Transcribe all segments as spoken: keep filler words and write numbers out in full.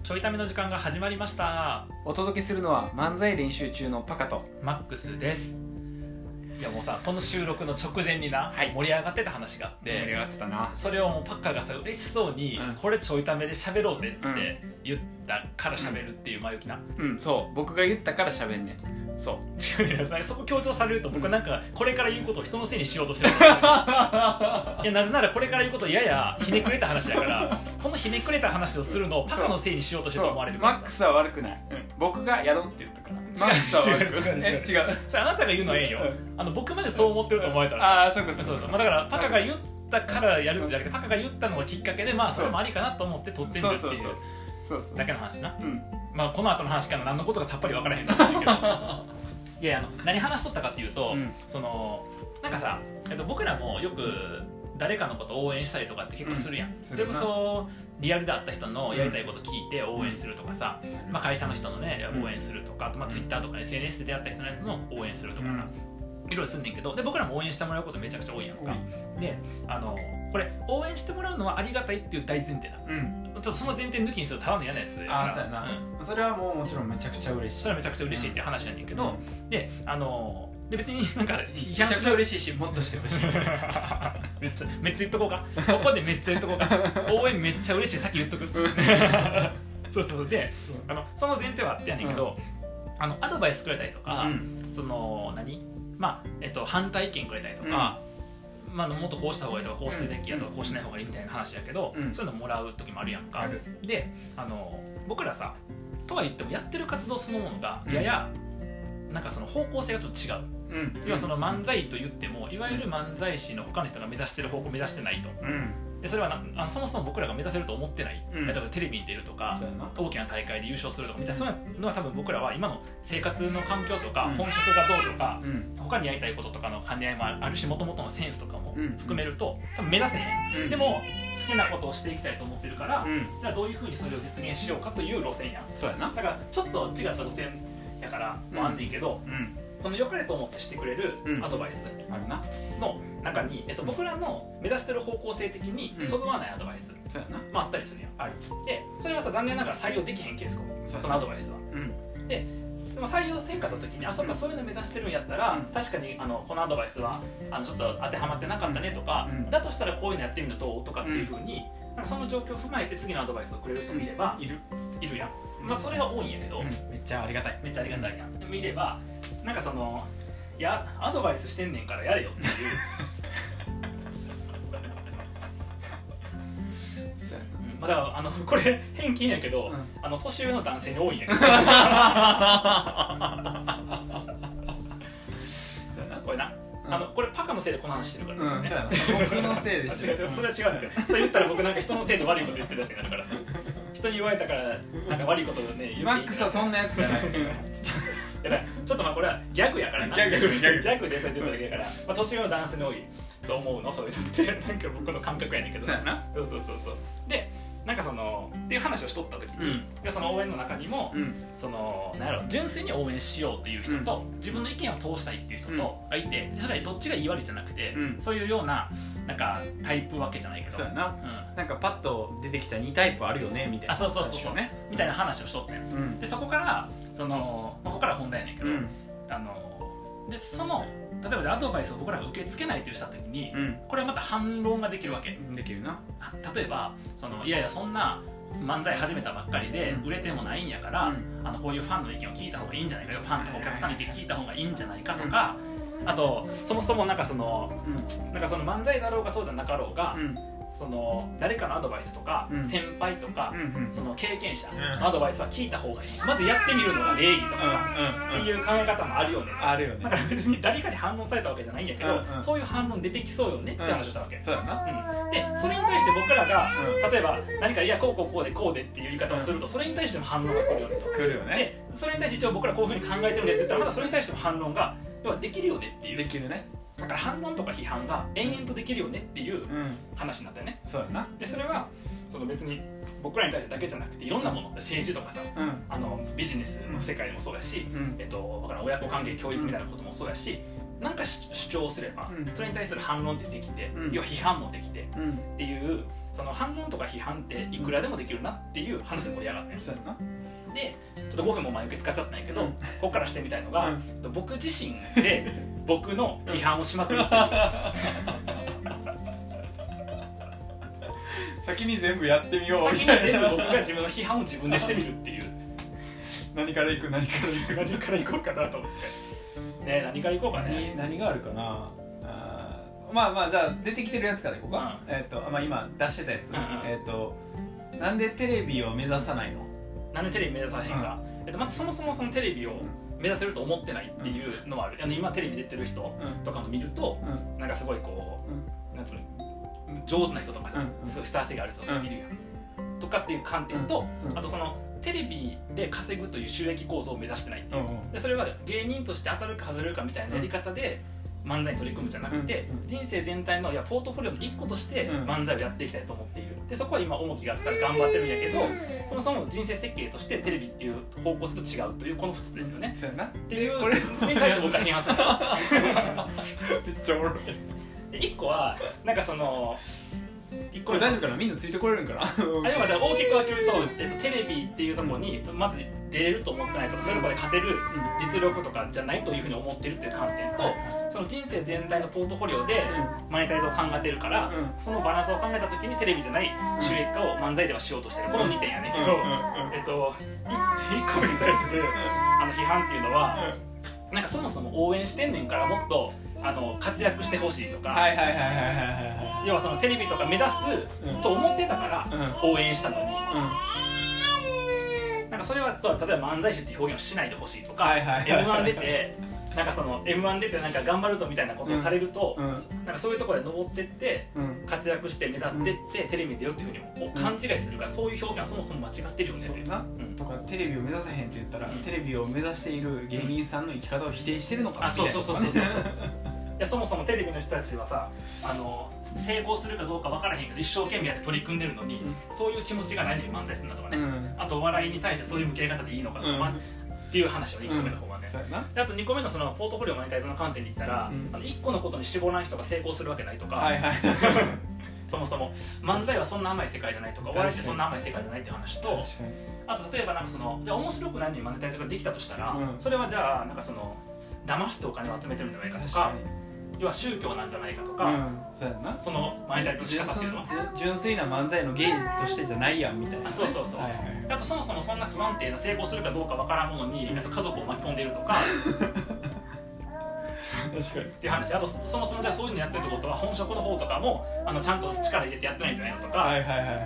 ちょいための時間が始まりました。 お届けするのは漫才練習中のパカとマックスです。いやもうさ、この収録の直前にな、はい、盛り上がってた話があって、 盛り上がってたな。 それをもうパッカーがさ嬉しそうに、うん、これちょいためで喋ろうぜって言ったから喋るっていう前置きな。 うん、うん、そう僕が言ったから喋んねん。 そう違う、そこ強調されると僕はなんかこれから言うことを人のせいにしようとしてるいやなぜならこれから言うことややひねくれた話だからこのひねくれた話をするのをパカのせいにしようとしてると思われるからさ。 マックスは悪くない、うん、僕がやろうって言ったからマックスは悪くない。違う違う違う違うそれあなたが言うのはええよ、うん、あの僕までそう思ってると思われたらああそうかそうかそうか、 まあ、だからパカが言ったからやるんじゃなくてパカが言ったのがきっかけでまあそれもありかなと思って撮ってみるっていうだけの話な、うん、まあこの後の話から何のことかさっぱり分からへんかったんだけどいやあの何話しとったかっていうと、うん、そのなんかさ、えっと、僕らもよく誰かのことを応援したりとかって結構するやん、うん、それこそリアルで会った人のやりたいこと聞いて応援するとかさ、うんまあ、会社の人のね応援するとか、まあ、Twitter とか エスエヌエス で出会った人のやつの応援するとかさ、うん、いろいろすんねんけどで僕らも応援してもらうことめちゃくちゃ多いやんか、うん、であのこれ応援してもらうのはありがたいっていう大前提だ、うんちょっとその前提抜きにするとただの嫌なやつやからあそうやな、うん、それはもうもちろんめちゃくちゃ嬉しいそれはめちゃくちゃ嬉しいっていう話なんだけど、うん、であので別になんか批判めちゃくちゃ嬉しいしもっとしてほしいめっちゃめっちゃ言っとこうかここでめっちゃ言っとこうか応援めっちゃ嬉しいさっき言っとくそうそうそうで、うん、あのその前提はあってやねんけど、うん、あのアドバイスくれたりとか、うん、その何まあえっと反対意見くれたりとか、うんまあ、もっとこうした方がいいとかこうするべきやとかこうしない方がいいみたいな話やけど、うん、そういうのもらう時もあるやんか。であの僕らさとは言ってもやってる活動そのものがやや、うん、なんかその方向性がちょっと違う、うん、要はその漫才と言ってもいわゆる漫才師の他の人が目指してる方向を目指してないと、うんでそれはなあのそもそも僕らが目指せると思ってない、うん、例えばテレビに出るとか大きな大会で優勝するとかみたいなそういうのは多分僕らは今の生活の環境とか、うん、本職がどうとか、うん、他にやりたいこととかの兼ね合いもあるしもともとのセンスとかも含めると、うん、多分目指せへん、うん、でも好きなことをしていきたいと思ってるから、うん、じゃあどういうふうにそれを実現しようかという路線やんそうやなだからちょっと違った路線やからもあんねんけど、うんうんその良かれと思ってしてくれるアドバイスの中に、えっと、僕らの目指してる方向性的にそぐわないアドバイスもあったりするやんあるでそれはさ残念ながら採用できへんケースかもそのアドバイスは、うん、ででも採用せんかった時にあそうかそういうの目指してるんやったら、うん、確かにあのこのアドバイスはあのちょっと当てはまってなかったねとか、うん、だとしたらこういうのやってみるのどうとかっていうふうに、うん、その状況を踏まえて次のアドバイスをくれる人もいれば、うん、いるいるやん、まあ、それは多いんやけど、うん、 めっちゃありがたいめっちゃありがたいやんでもいればなんかそのいやアドバイスしてんねんからやれよっていうそうやな、うんまあ、だからあのこれ偏見やけど、うん、あの年上の男性に多いんやけどそうやなこれな、うん、あのこれパカのせいでこの話してるからね、うん、そうやな僕のせいでしてるそれは違うんだよそれ言ったら僕なんか人のせいで悪いこと言ってるやつになるからさ人に言われたからなんか悪いことをね言っていいマックスはそんなやつじゃないいやちょっとまあこれはギャグやからなギャグギャグギャグでそう言ってるだけやから、まあ、年上の男性に多いと思うのそういうのってなんか僕の感覚やねんけどそうやなそうそうそうそうでなんかそのっていう話をしとった時に、うん、その応援の中にも、うん、そのなんやろ純粋に応援しようっていう人と、うん、自分の意見を通したいっていう人とがいて、それはどっちがいい悪いじゃなくて、うん、そういうようななんかタイプ分けじゃないけどそうやな、うん、なんかパッと出てきたにタイプあるよねみたいなあそうそうそうそうねみたいな話をしとってん、うん、でそこからその、まあ、ここから本題やねんけど、うん、あのでその例えばアドバイスを僕らが受け付けないとした時に、うん、これはまた反論ができるわけできるな例えばそのいやいやそんな漫才始めたばっかりで売れてもないんやから、うん、あのこういうファンの意見を聞いた方がいいんじゃないかファンとかお客さんの意見聞いた方がいいんじゃないかとか、うん、あとそもそもなんかその、うん、なんかその漫才だろうがそうじゃなかろうが、うんその誰かのアドバイスとか、うん、先輩とか、うんうん、その経験者のアドバイスは聞いた方がいい、うん、まずやってみるのが礼儀とかさ、うんうん、っていう考え方もあるよねあるよねだから別に誰かに反論されたわけじゃないんやけど、うんうん、そういう反論出てきそうよねって話をしたわけ、 うん、そうやな、 うん、でそれに対して僕らが、うん、例えば何かいやこうこうこうでこうでっていう言い方をすると、うん、それに対しても反論が来るよねと来るよねでそれに対して一応僕らこういうふうに考えてるんですって言ったらまだそれに対しても反論が要はできるよねっていうできるねだから反論とか批判が延々とできるよねっていう話になったよね、 うん、そうやなでそれはその別に僕らに対してだけじゃなくていろんなもの政治とかさ、うん、あのビジネスの世界でもそうやし、うんえっと、だから親子関係教育みたいなこともそうやし何か主張すれば、うん、それに対する反論ってできて、うん、要は批判もできて、うん、っていうその反論とか批判っていくらでもできるなっていう話で盛り上がったんですよ。でちょっとごふんも前置き使っちゃったんやけど、うん、ここからしてみたいのが、うん、僕自身で僕の批判をしまくるっていう先に全部やってみようみたいな。先に全部僕が自分の批判を自分でしてみるっていう何からいく何からいく何からいこうかなと思ってね。何からいこうかね。 何, 何があるかなあ。まあまあじゃあ出てきてるやつからいこうか、うん、えっ、ー、とまあ今出してたやつ、うんうん、えっ、ー、となんでテレビを目指さないの。 なんでテレビ目指さへんか、うん、えっと、まずそもそもそのテレビを目指せると思ってないっていうのはある、うん、今テレビ出てる人とかの見ると、うん、なんかすごいこう、うん、なんつうの上手な人とかさ、うん、すごいスター性がある人とかいるやん、うん、とかっていう観点と、うん、あとそのテレビで稼ぐという収益構造を目指してないっていう、うん、でそれは芸人として当たるか外れるかみたいなやり方で漫才に取り組むんじゃなくて、うん、人生全体のいやポートフォリオの一個として漫才をやっていきたいと思っている。でそこは今重きがあるから頑張ってるんやけど、そもそも人生設計としてテレビっていう方向性と違うというこのふたつですよね、 そうやなっていうこれに対して僕は批判するめっちゃおもろい。 でいっこはなんかそのいっこ大丈夫かな、みんなついてこれるんかなあでも大きく分けると、えっと、テレビっていうところにまず出れると思ってないとか、そういうところで勝てる実力とかじゃないというふうに思ってるっていう観点と、その人生全体のポートフォリオでマネタイズを考えてるから、うん、そのバランスを考えた時にテレビじゃない収益化を漫才ではしようとしてる、このにてんやねんけど、うんうんうん、えっといっこめに対するあの批判っていうのは、うん、なんかそもそも応援してんねんからもっとあの活躍してほしいとか、要はそのテレビとか目指すと思ってたから応援したのに、うん、なんかそれは例えば漫才師っていう表現をしないでほしいとか、エムワン 出てなんかその エムワン 出てなんか頑張るぞみたいなことをされると、うんうん、なんかそういうところで登ってって、うん、活躍して目立ってって、うん、テレビに出ようっていうふうに勘違いするから、そういう表現はそもそも間違ってるよねっていうな、 うん、とかテレビを目指せへんって言ったら、うん、テレビを目指している芸人さんの生き方を否定してるのかみたいな、 あ、そうそうそうそうそういやそもそもテレビの人たちはさ、あの成功するかどうか分からへんけど一生懸命やって取り組んでるのに、うん、そういう気持ちがないのに漫才するんだとかね、うん、あとお笑いに対してそういう向き合い方でいいのかとか、うん、っていう話をいっこめの方はね、うん、であとにこめのそのポートフォリオマネタイズの観点で言ったら、うん、あのいっこのことに絞らん人が成功するわけないとか、はいはい、そもそも漫才はそんな甘い世界じゃないとか、お笑いってそんな甘い世界じゃないっていう話と、あと例えばなんかそのじゃあ面白くないのにマネタイズができたとしたら、うん、それはじゃあなんかその騙してお金を集めてるんじゃないかとか、要は宗教なんじゃないかとか、うん、そうやな、そのマネタイズの仕方っていうのは純粋な漫才の芸としてじゃないやんみたいな、ね、 あそうそうそう、はいはい、あとそもそもそんな不安定な成功するかどうかわからんものに、うん、あと家族を巻き込んでいるとか確かにっていう話、あとそもそもじゃあそういうのやってるってことは本職の方とかもあのちゃんと力入れてやってないんじゃないのとか、はいはいはいはい、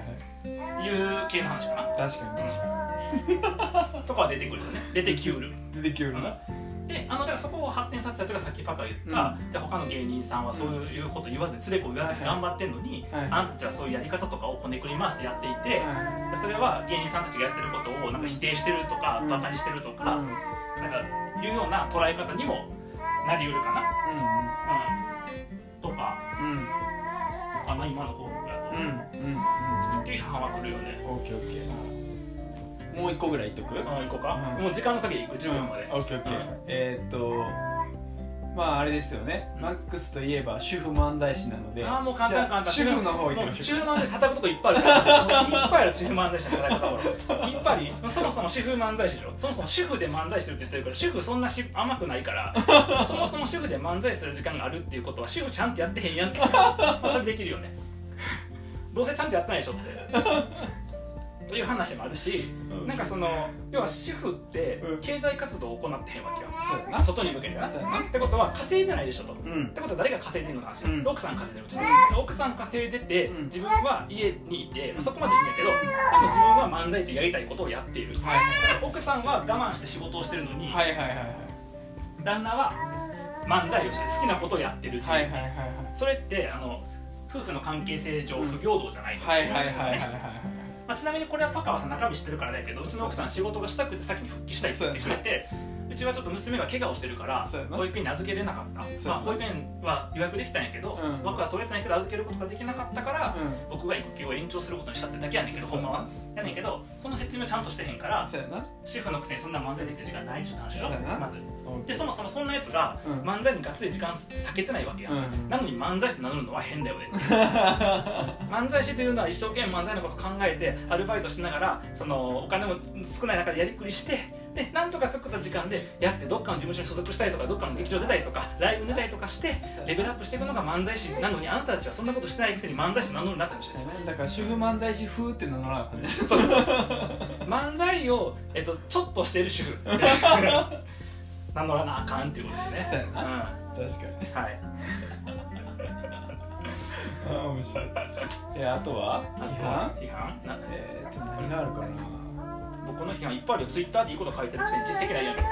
いう系の話かな。 確かに確かにとかは出てくるよね、出てきうる出てきうるな、 うんであのだからそこを発展させたやつがさっきパカが言った、うん、で他の芸人さんはそういうこと言わずつれこ言わずに頑張ってんのに、はいはい、あんたたちはそういうやり方とかをこねくり回してやっていて、はい、それは芸人さんたちがやってることをなんか否定してるとか、うん、バカにしてるとか、うん、なんかいうような捉え方にもなりうるかな、うんうん、とか、うん、かな今の項目だと、うんうんうん、っていう批判は来るよね。 オーケーオーケー、もう一個ぐらいいっとく？ あ、いこうか、うん、もう時間の限りいく、じゅうふんまで、 うん、オッケーオッケー、うん、えー、っとまああれですよね、うん、マックスといえば主婦漫才師なので、 ああもう簡単簡単、 主婦の方行きましょう。 主婦漫才師叩くとこいっぱいあるからいっぱいある主婦漫才師の叩き方ほらいっぱいある。そもそも主婦漫才師でしょ、そもそも主婦で漫才してるって言ってるから主婦そんなし甘くないからそもそも主婦で漫才する時間があるっていうことは主婦ちゃんとやってへんやんってそれできるよねどうせちゃんとやってないでしょってという話もあるし、うん、なんかその要は主婦って経済活動を行ってへんわけよ、そうやな、外に向けてな、そうやなってことは稼いでないでしょと、うん、ってことは誰が稼いでんのか話、うん、奥さん稼いでるうち、うん、奥さん稼いでて、うん、自分は家にいて、そこまでいいんだけど、でも自分は漫才ってやりたいことをやっている、はいはいはい、奥さんは我慢して仕事をしてるのに、はいはいはいはい、旦那は漫才をして好きなことをやってるうちに、はいはいはいはい、それってあの夫婦の関係性上不平等じゃないのって言うんですよね。まあ、ちなみにこれはパカはさ中身知ってるからだけど、うちの奥さん仕事がしたくて先に復帰したいって言ってくれて、うちはちょっと娘が怪我をしてるから保育園に預けれなかった、まあ、保育園は予約できたんやけど、うん、枠は取れてないけど預けることができなかったから、うん、僕が育休を延長することにしたってだけやねんけど、ほんまはやねんけど、その説明ちゃんとしてへんから主婦のくせにそんな漫才できる時間ないしって話よ、まずでそもそもそんなやつが漫才にがっつり時間避けてないわけや、うん、なのに漫才師と名乗るのは変だよね漫才師というのは一生懸命漫才のこと考えてアルバイトしながらそのお金も少ない中でやりくりしてでなんとか作った時間でやってどっかの事務所に所属したりとかどっかの劇場出たりとかライブ出たりとかしてレベルアップしていくのが漫才師なのにあなたたちはそんなことしてないくせに漫才師と名乗るなって話です。 だから主婦漫才師風って名乗らなかったねそう漫才を、えっと、ちょっとしてる主婦名乗らなあかんっていうことですね。 そうやな、うん、確かにはいああ面白い。いやあとは批判批判なえー、っと何があるかな。 僕の批判いっぱいあるよ。ツイッターでいいこと書いてるくせに実績ないやん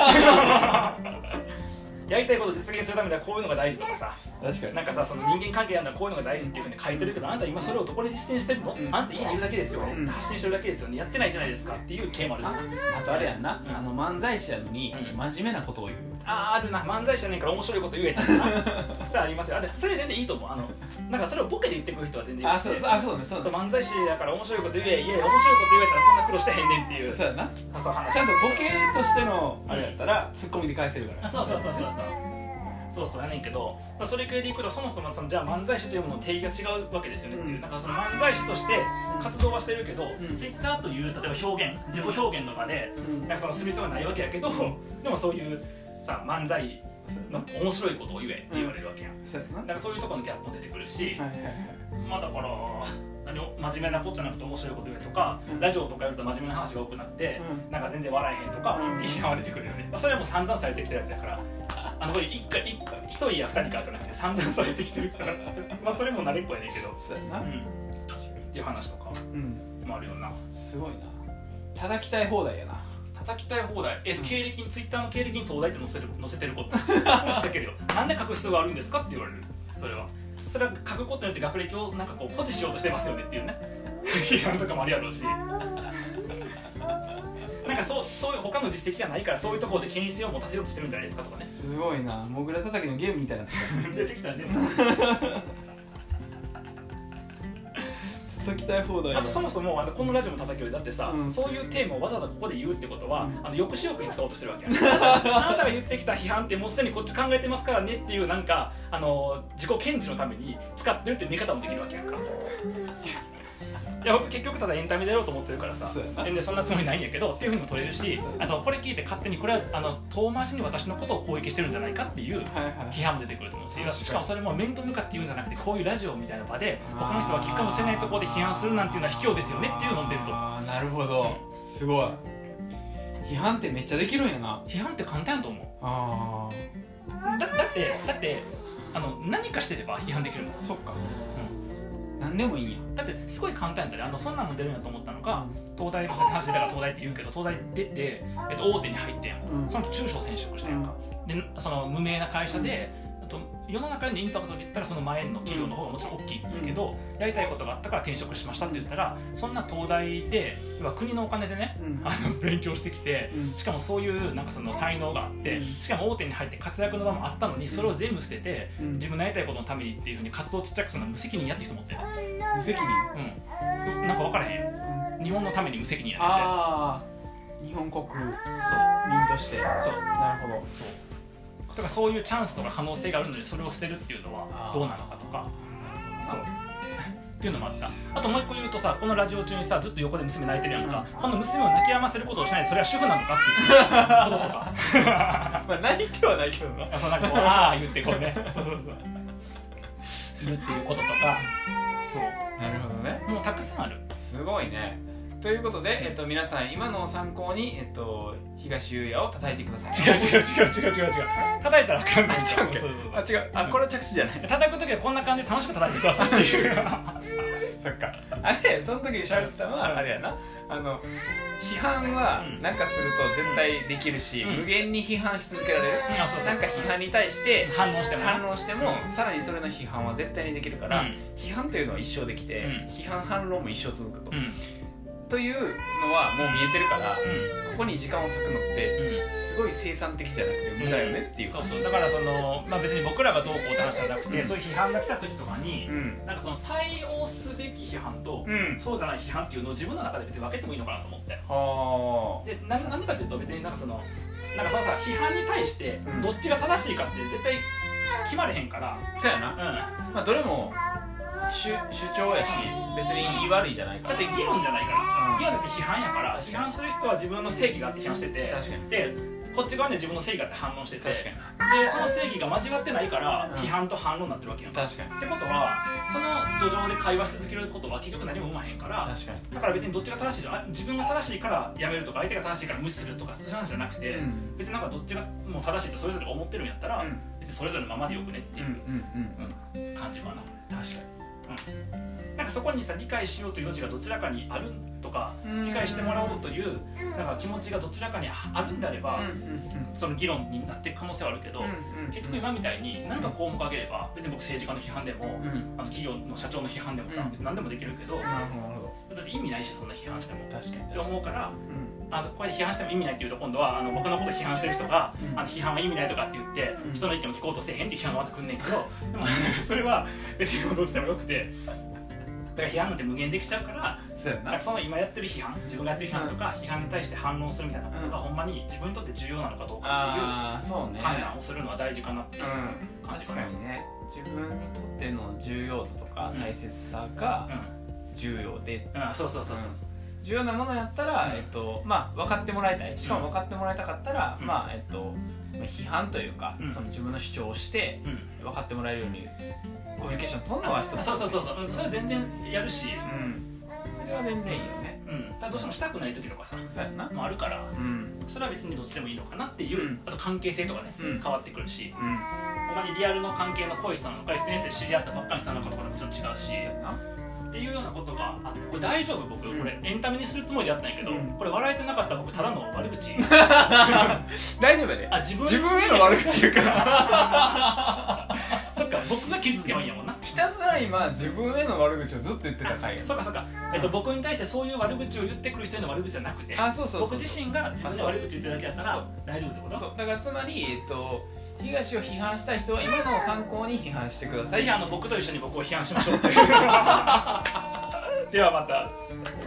やりたいことを実現するためにはこういうのが大事とかさ、 確かになんかさその人間関係なんだこういうのが大事っていうふうに書いてるけど、あなた今それをどこで実践してるの、うん、あなたいいって言うだけですよ、うん、発信してるだけですよね、やってないじゃないですかっていう系もある。 あ, あとあれやんな、うん、あの漫才師やのに、うん、真面目なことを言う。 あああるな、漫才師やねんから面白いこと言えってなそれありますよ。あれそれ全然いいと思う。あのなんかそれをボケで言ってくる人は全然いい。 あそうそうあそうねそうね。 そう漫才師やから面白いこと言え、いや面白いこと言えたらこんな苦労してへんねんっていう。 そうやな。 そう話ちゃんとボケとしてのあれやったら、うん、ツッコミで返せるから。 あそうそうそうそうそうそうそうやねんけど、それ系でいくとそもそもそのじゃあ漫才師というものの定義が違うわけですよねっていう、うん、なんかその漫才師として活動はしてるけど、うん、ツイッターという例えば表現自己表現とかで、うん、なんかそのする必要がないわけやけど、でもそういうさ漫才の面白いことを言えって言われるわけやん、うん、だからそういうところのギャップも出てくるし、はいはいはい、まあだから何真面目なこっちゃなくて面白いこと言えとか、うん、ラジオとかやると真面目な話が多くなって、うん、なんか全然笑えへんとかって批判は出てくるよね、まあ、それはもう散々されてきたやつやから、あのこれ一回一回一人や二人かじゃなくて散々されてきてるからまあそれも慣れっこやねんけど、 そうやな、うん、 っていう話とかもあるよな、 うん、すごいな。叩きたい放題やな。 叩きたい放題、えーと、経歴にツイッターの経歴に東大って載せる載せてることだけどなんで書く必要があるんですかって言われる。それはそれは書くことによって学歴をなんかこう誇示しようとしてますよねっていうね批判とかもあるやろうしなんかそうそういう他の実績がないからそういうところで権威性を持たせようとしてるんじゃないですかとかね。 すごいな、モグラ叩きのゲームみたいな出てきたら全部叩きたい放題。 あとそもそもあのこのラジオの叩きよりだってさ、うん、そういうテーマをわざわざここで言うってことは、うん、あの抑止力に使おうとしてるわけやあなたが言ってきた批判ってもうすでにこっち考えてますからねっていうなんかあの自己顕示のために使ってるって見方もできるわけやんかいや僕結局ただエンタメでやろうと思ってるからさ、全然そんなつもりないんやけどっていうふうにも取れるし、あとこれ聞いて勝手にこれはあの遠回しに私のことを攻撃してるんじゃないかっていう批判も出てくると思うし、はいはい、しかもそれも面と向かって言うんじゃなくてこういうラジオみたいな場で他の人は聞くかもしれないところで批判するなんていうのは卑怯ですよねっていうのを出ると。 あなるほど、うん、すごい。批判ってめっちゃできるんやな。 批判って簡単やと思う。 あだ, だってだってあの何かしてれば批判できるもん。 そっか、何でもいいんや。 だってすごい簡単やったね。あのそんなんも出るんやと思ったのが、東大さっき話してたから東大って言うけど東大出て、えっと、大手に入ってんやん、うん、その中小転職してんやんか、うん、でその無名な会社で、うん、と世の中でインパクトで言ったらその前の企業の方がもちろん大きいんだけど、うん、やりたいことがあったから転職しましたって言ったら、そんな東大で要は国のお金でね、うん、あの勉強してきて、うん、しかもそういうなんかその才能があって、うん、しかも大手に入って活躍の場もあったのにそれを全部捨てて、うん、自分のやりたいことのためにっていうふうに活動をちっちゃくするのは無責任やって人持ってる。 無責任？ うん、なんか分からへん、うん、日本のために無責任やねん。 ああ、日本国民として。 そう、 なるほど。 そうだからそういうチャンスとか可能性があるのにそれを捨てるっていうのはどうなのかとか、そうっていうのもあった。あともう一個言うとさ、このラジオ中にさずっと横で娘泣いてるやんか、うん、この娘を泣き止ませることをしないでそれは主婦なのかっていうこととかまあ泣いてはないけどなそうなんかこうああ言ってこうねそうそうそう言うっていうこととか。そう、 なるほどね。 もうたくさんある。 すごいね。ということで、えっと、皆さん今のを参考に、えっと、東優也を叩いてください。 違う違う違う違う違う違う叩いたらあかんない。 そうそうそうあ違うあこれは着地じゃない。 叩くときはこんな感じで楽しく叩いてくださいっていうそっか。あれその時に喋ってたのはあれやな、あの批判は何かすると絶対できるし、うん、無限に批判し続けられる、うん、なんか批判に対して反応しても反応しても、うん、さらにそれの批判は絶対にできるから、うん、批判というのは一生できて、うん、批判反論も一生続くと、うんというのはもう見えてるから、うん、ここに時間を割くのってすごい生産的じゃなくて無駄よねっていう、 うん、そうそうだからその、まあ、別に僕らがどうこうって話じゃなくて、うん、そういう批判が来た時とかに、うん、なんかその対応すべき批判と、うん、そうじゃない批判っていうのを自分の中で別に分けてもいいのかなと思って、はで な, 何かっていうと別になんかそのなんかそのさ批判に対してどっちが正しいかって絶対決まれへんから、 そうやな、うん、まあどれも主, 主張やし別に言い悪いじゃないから、 だって議論じゃないから、うん、議論だって批判やから、批判する人は自分の正義があって批判してて、 確かにでこっち側には自分の正義があって反論してて、 確かにでその正義が交わってないから、うん、批判と反論になってるわけやん。 確かにってことはその土壌で会話し続けることは結局何も生まへんから、 確かにだから別にどっちが正しいと自分が正しいからやめるとか相手が正しいから無視するとかそういう話じゃなくて、うん、別になんかどっちがもう正しいとそれぞれ思ってるんやったら、うん、別にそれぞれのままでよくねっていう感じかな。 確かにうん、なんかそこにさ理解しようという余地がどちらかにあるとか、理解してもらおうというなんか気持ちがどちらかにあるんであれば、その議論になっていく可能性はあるけど、結局今みたいに何か項目あげれば別に僕政治家の批判でも、あの企業の社長の批判でもさ、別に何でもできるけど、だって意味ないしそんな批判してもって思うから、あのこれで批判しても意味ないって言うと今度はあの僕のことを批判してる人が、あの批判は意味ないとかって言って人の意見を聞こうとせえへんっていう批判がまたくんねんけど、でもそれは別にどっちでもよくて。だから批判なんて無限できちゃうから、 そうやな、 なんかその今やってる批判、自分がやってる批判とか、うん、批判に対して反論するみたいなことが、うん、ほんまに自分にとって重要なのかどうかっていう判断をするのは大事かなっていう感じかな、 うん、確かにね、自分にとっての重要度とか大切さが重要で、 うんうん、そうそうそうそう、 重要なものやったら、えっとまあ、分かってもらいたい、しかも分かってもらいたかったら、うん、まあえっと批判というか、うん、その自分の主張をして分かってもらえるようにコミュニケーション取るのは一つ、 そうそうそうそう、それ全然やるし、 うん、それは全然いいよね、 うん、ただどうしてもしたくない時とかさ、 そうやなもあるから、うん、それは別にどっちでもいいのかなっていう、うん、あと関係性とかね、うん、変わってくるし、うん、ほんまにリアルの関係の濃い人なのか エスエヌエス で知り合ったばっかりの人なのかとかももちろん違うし、っていうようなことがあって、これ大丈夫僕、うん、これエンタメにするつもりでやったんやけど、うん、これ笑えてなかったら僕ただの悪口大丈夫やで、 あ自分自分への悪口言うからそっか僕が傷つけばいいんやもんな、 ひたすら今自分への悪口をずっと言ってた回や、 そっかそっか、えっと、僕に対してそういう悪口を言ってくる人への悪口じゃなくて、あそうそうそうそう、僕自身が自分で悪口言ってるだけやったら大丈夫ってこと？ そうだからつまり、えっと東を批判したい人は今のを参考に批判してください。 ぜひあの僕と一緒に僕を批判しましょうっていうではまた。